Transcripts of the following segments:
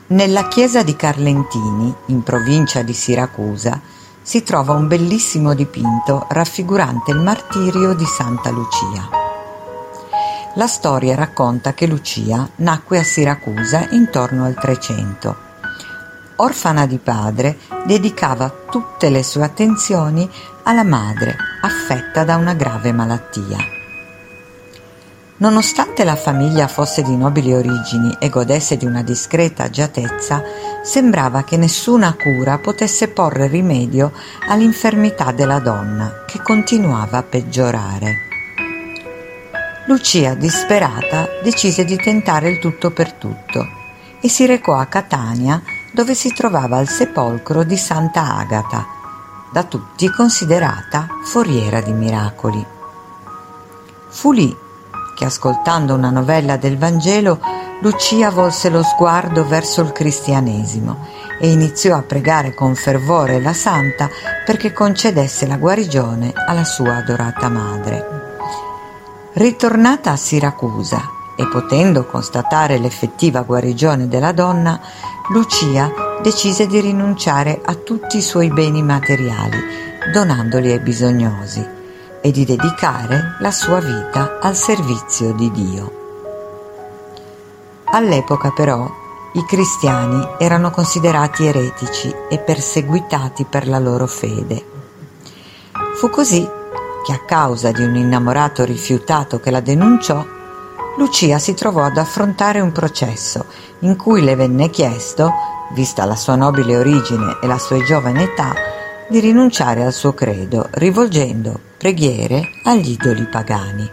Nella chiesa di Carlentini, in provincia di Siracusa, si trova un bellissimo dipinto raffigurante il martirio di Santa Lucia. La storia racconta che Lucia nacque a Siracusa intorno al 300. Orfana di padre, dedicava tutte le sue attenzioni alla madre, affetta da una grave malattia. Nonostante la famiglia fosse di nobili origini e godesse di una discreta agiatezza, sembrava che nessuna cura potesse porre rimedio all'infermità della donna, che continuava a peggiorare. Lucia, disperata, decise di tentare il tutto per tutto e si recò a Catania, dove si trovava il sepolcro di Santa Agata, da tutti considerata foriera di miracoli. Fu lì che, ascoltando una novella del Vangelo, Lucia volse lo sguardo verso il cristianesimo e iniziò a pregare con fervore la santa perché concedesse la guarigione alla sua adorata madre. Ritornata a Siracusa e potendo constatare l'effettiva guarigione della donna, Lucia decise di rinunciare a tutti i suoi beni materiali, donandoli ai bisognosi, e di dedicare la sua vita al servizio di Dio. All'epoca però i cristiani erano considerati eretici e perseguitati per la loro fede. Fu così che, a causa di un innamorato rifiutato che la denunciò, Lucia si trovò ad affrontare un processo in cui le venne chiesto, vista la sua nobile origine e la sua giovane età, di rinunciare al suo credo, rivolgendo preghiere agli idoli pagani.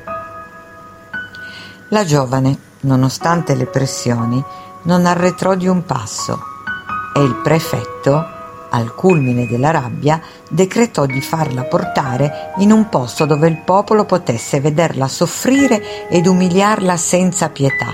La giovane, nonostante le pressioni, non arretrò di un passo e il prefetto, al culmine della rabbia, decretò di farla portare in un posto dove il popolo potesse vederla soffrire ed umiliarla senza pietà.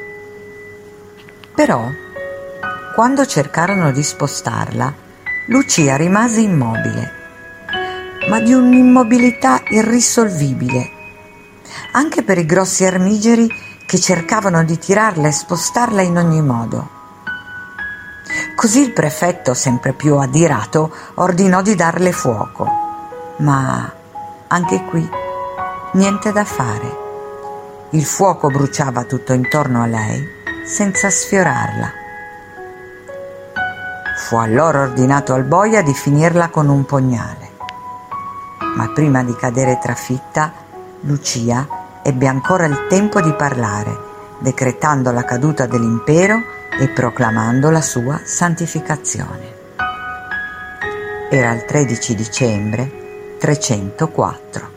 Però, quando cercarono di spostarla, Lucia rimase immobile, ma di un'immobilità irrisolvibile, anche per i grossi armigeri che cercavano di tirarla e spostarla in ogni modo. Così il prefetto, sempre più adirato, ordinò di darle fuoco, ma anche qui niente da fare. Il fuoco bruciava tutto intorno a lei senza sfiorarla. Fu allora ordinato al boia di finirla con un pugnale. Ma prima di cadere trafitta, Lucia ebbe ancora il tempo di parlare, decretando la caduta dell'impero e proclamando la sua santificazione. Era il 13 dicembre 304.